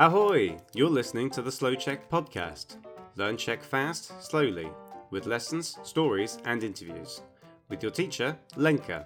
Ahoy! You're listening to the Slow Czech podcast. Learn Czech fast, slowly, with lessons, stories, and interviews. With your teacher, Lenka.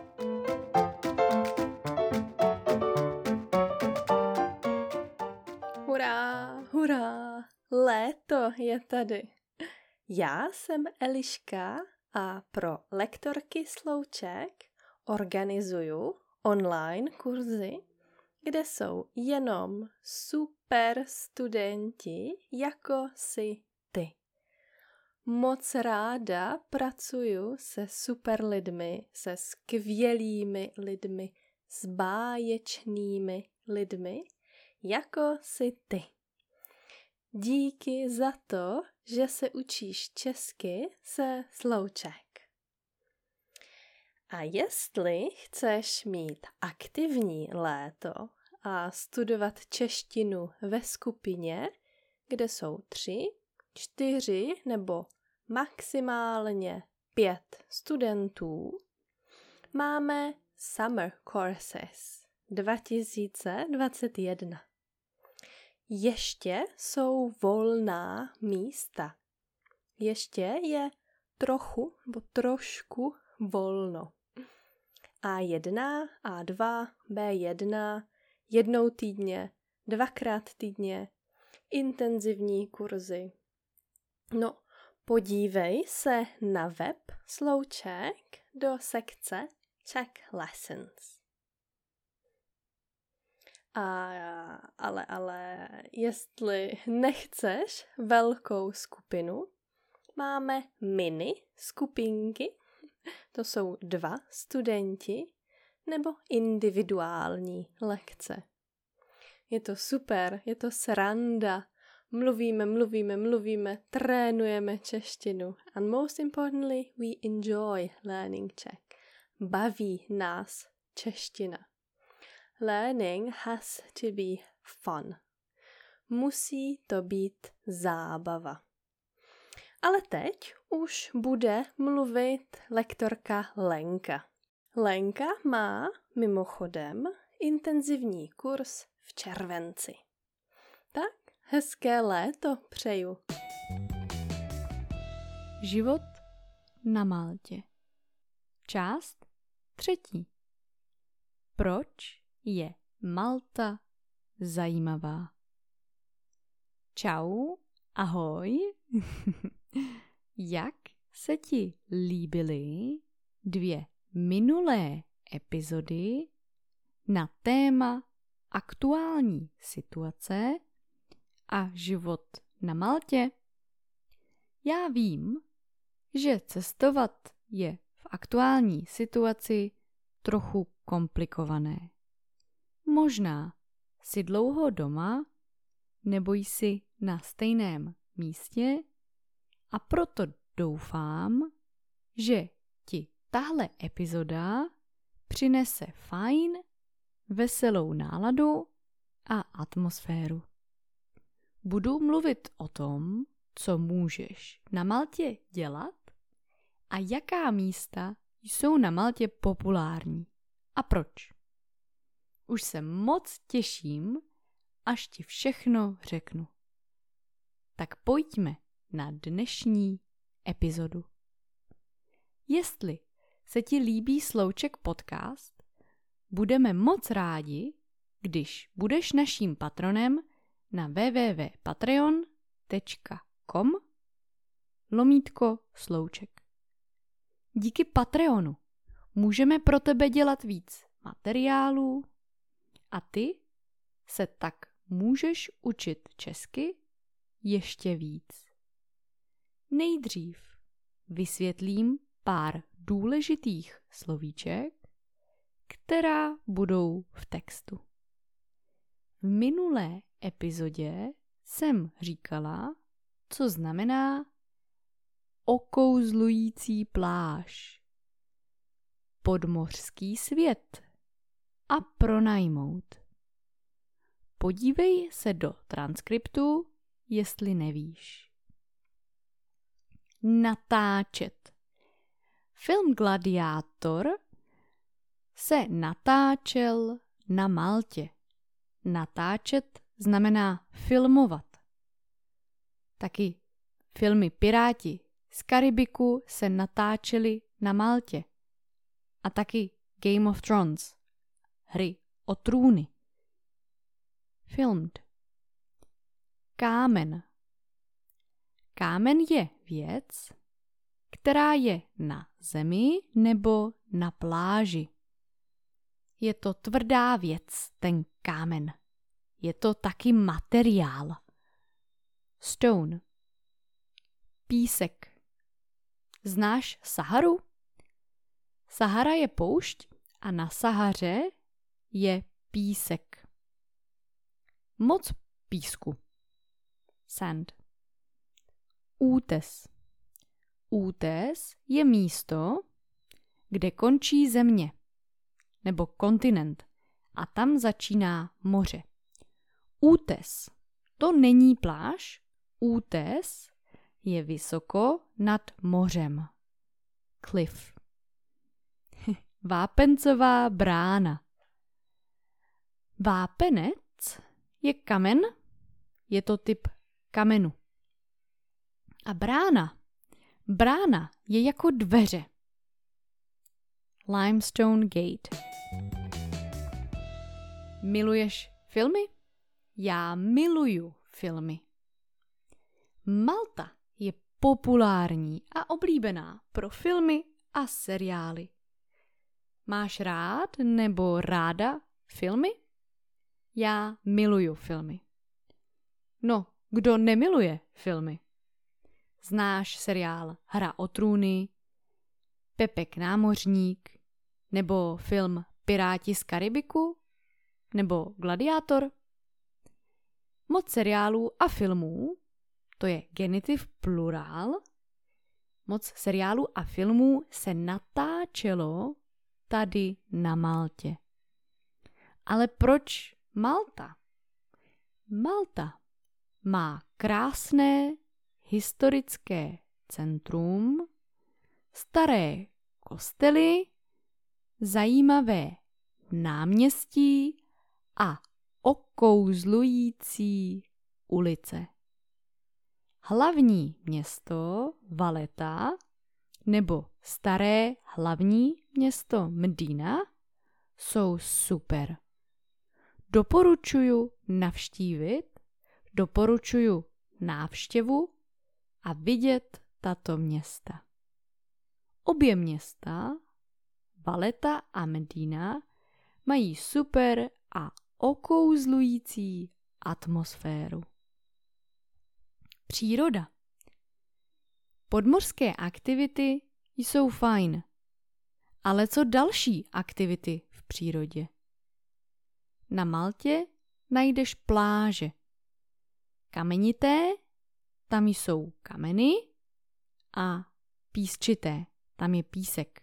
Hurá, hurá, léto je tady. Já jsem Eliška a pro lektorky Slouček organizuju online kurzy, kde jsou jenom super studenti jako jsi ty. Moc ráda pracuju se super lidmi, se skvělými lidmi, s báječnými lidmi, jako jsi ty. Díky za to, že se učíš česky se Slouček. A jestli chceš mít aktivní léto a studovat češtinu ve skupině, kde jsou 3, 4 nebo maximálně 5 studentů, máme Summer Courses 2021. Ještě jsou volná místa. Ještě je trošku volno. A1, A2, B1, jednou týdně, 2krát týdně, intenzivní kurzy. No, podívej se na web Slouček do sekce Czech Lessons. Ale jestli nechceš velkou skupinu, máme mini skupinky, to jsou 2 studenti, nebo individuální lekce. Je to super, je to sranda, mluvíme, trénujeme češtinu. And most importantly, we enjoy learning Czech. Baví nás čeština. Learning has to be fun. Musí to být zábava. Ale teď už bude mluvit lektorka Lenka. Lenka má mimochodem intenzivní kurz v červenci. Tak hezké léto přeju. Život na Maltě. Část 3. Proč je Malta zajímavá? Čau, ahoj. Jak se ti líbily 2 minulé epizody na téma aktuální situace a život na Maltě? Já vím, že cestovat je v aktuální situaci trochu komplikované. Možná jsi dlouho doma nebo jsi na stejném místě a proto doufám, že ti tahle epizoda přinese fajn, veselou náladu a atmosféru. Budu mluvit o tom, co můžeš na Maltě dělat a jaká místa jsou na Maltě populární a proč. Už se moc těším, až ti všechno řeknu. Tak pojďme na dnešní epizodu. Jestli se ti líbí Slouček podcast, budeme moc rádi, když budeš naším patronem na www.patreon.com/Slouček. Díky Patreonu můžeme pro tebe dělat víc materiálů a ty se tak můžeš učit česky ještě víc. Nejdřív vysvětlím pár důležitých slovíček, která budou v textu. V minulé epizodě jsem říkala, co znamená okouzlující pláž, podmořský svět a pronajmout. Podívej se do transkriptu, jestli nevíš. Natáčet. Film Gladiátor se natáčel na Maltě. Natáčet znamená filmovat. Taky filmy Piráti z Karibiku se natáčely na Maltě. A taky Game of Thrones, hry o trůny. Filmed. Kámen. Kámen je věc, která je na zemi nebo na pláži. Je to tvrdá věc, ten kámen. Je to taky materiál. Stone. Písek. Znáš Saharu? Sahara je poušť a na Sahaře je písek. Moc písku. Sand. Útes. Útes je místo, kde končí země nebo kontinent a tam začíná moře. Útes to není pláž, útes je vysoko nad mořem. Cliff. Vápencová brána. Vápenec je kamen, je to typ kamenu. A brána je jako dveře. Limestone Gate. Miluješ filmy? Já miluju filmy. Malta je populární a oblíbená pro filmy a seriály. Máš rád nebo ráda filmy? Já miluju filmy. No, kdo nemiluje filmy? Znáš seriál Hra o trůny, Pepek námořník, nebo film Piráti z Karibiku, nebo Gladiátor? Moc seriálů a filmů, to je genitiv plurál, moc seriálů a filmů se natáčelo tady na Maltě. Ale proč Malta? Malta má krásné historické centrum, staré kostely, zajímavé náměstí a okouzlující ulice. Hlavní město Valletta nebo staré hlavní město Medina jsou super. Doporučuju navštívit, doporučuju návštěvu a vidět tato města. Obě města, Valletta a Medina, mají super a okouzlující atmosféru. Příroda. Podmořské aktivity jsou fajn, ale co další aktivity v přírodě? Na Maltě najdeš pláže. Kamenité, tam jsou kameny a písčité, tam je písek.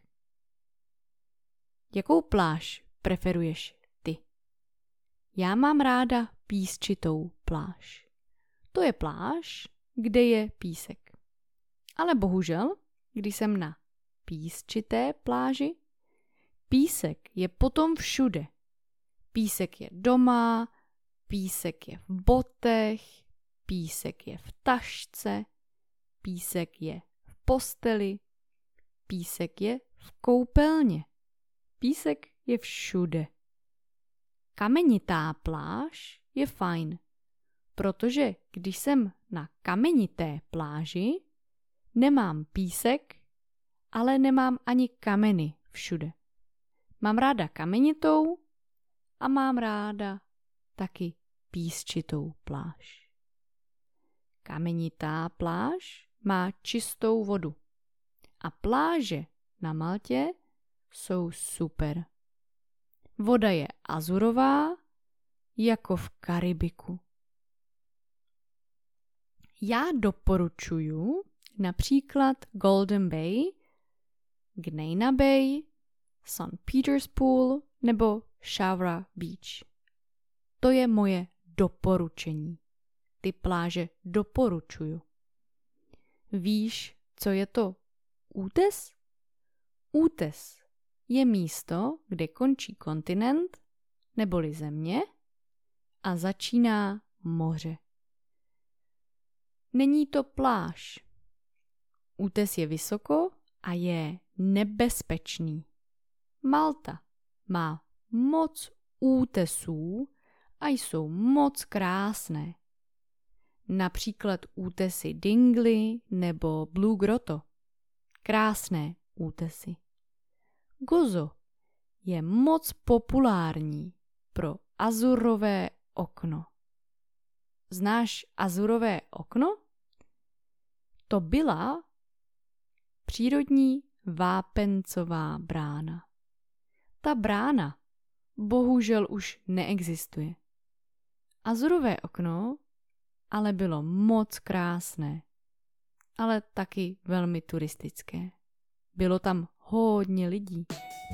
Jakou pláž preferuješ ty? Já mám ráda písčitou pláž. To je pláž, kde je písek. Ale bohužel, když jsem na písčité pláži, písek je potom všude. Písek je doma, písek je v botech, písek je v tašce, písek je v posteli, písek je v koupelně. Písek je všude. Kamenitá pláž je fajn, protože když jsem na kamenité pláži, nemám písek, ale nemám ani kameny všude. Mám ráda kamenitou a mám ráda taky písčitou pláž. Kamenitá pláž má čistou vodu a pláže na Maltě jsou super. Voda je azurová, jako v Karibiku. Já doporučuju například Golden Bay, Gnejna Bay, St. Peter's Pool nebo Shawra Beach. To je moje doporučení. Ty pláže doporučuju. Víš, co je to útes? Útes je místo, kde končí kontinent neboli země a začíná moře. Není to pláž. Útes je vysoko a je nebezpečný. Malta má moc útesů a jsou moc krásné. Například útesy Dingley nebo Blue Grotto. Krásné útesy. Gozo je moc populární pro azurové okno. Znáš azurové okno? To byla přírodní vápencová brána. Ta brána bohužel už neexistuje. Azurové okno ale bylo moc krásné, ale taky velmi turistické. Bylo tam hodně lidí.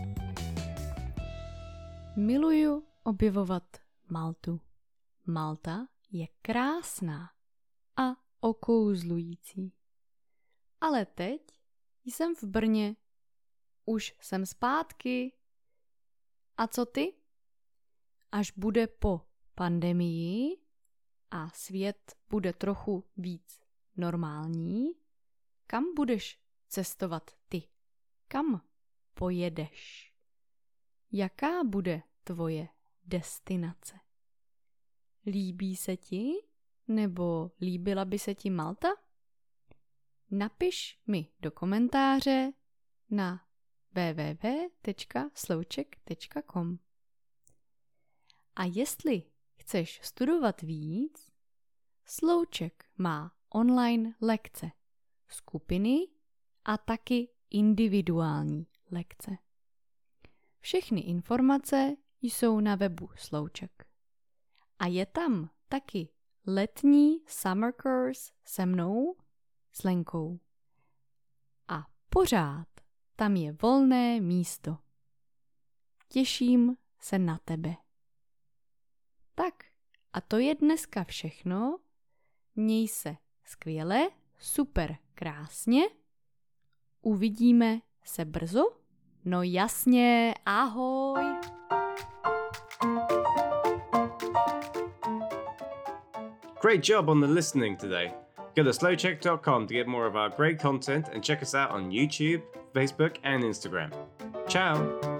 Miluju objevovat Maltu. Malta je krásná a okouzlující. Ale teď jsem v Brně. Už jsem zpátky. A co ty? Až bude po pandemii a svět bude trochu víc normální, kam budeš cestovat ty? Kam pojedeš? Jaká bude tvoje destinace? Líbí se ti? Nebo líbila by se ti Malta? Napiš mi do komentáře na www.slouček.com. A jestli chceš studovat víc, Slouček má online lekce, skupiny a taky individuální lekce. Všechny informace jsou na webu Slouček. A je tam taky letní summer course se mnou, s Lenkou. A pořád tam je volné místo. Těším se na tebe. Tak, a to je dneska všechno. Měj se skvěle, super krásně. Uvidíme se brzo. No jasně, ahoj! Great job on the listening today. Go to slowcheck.com to get more of our great content and check us out on YouTube, Facebook, and Instagram. Ciao!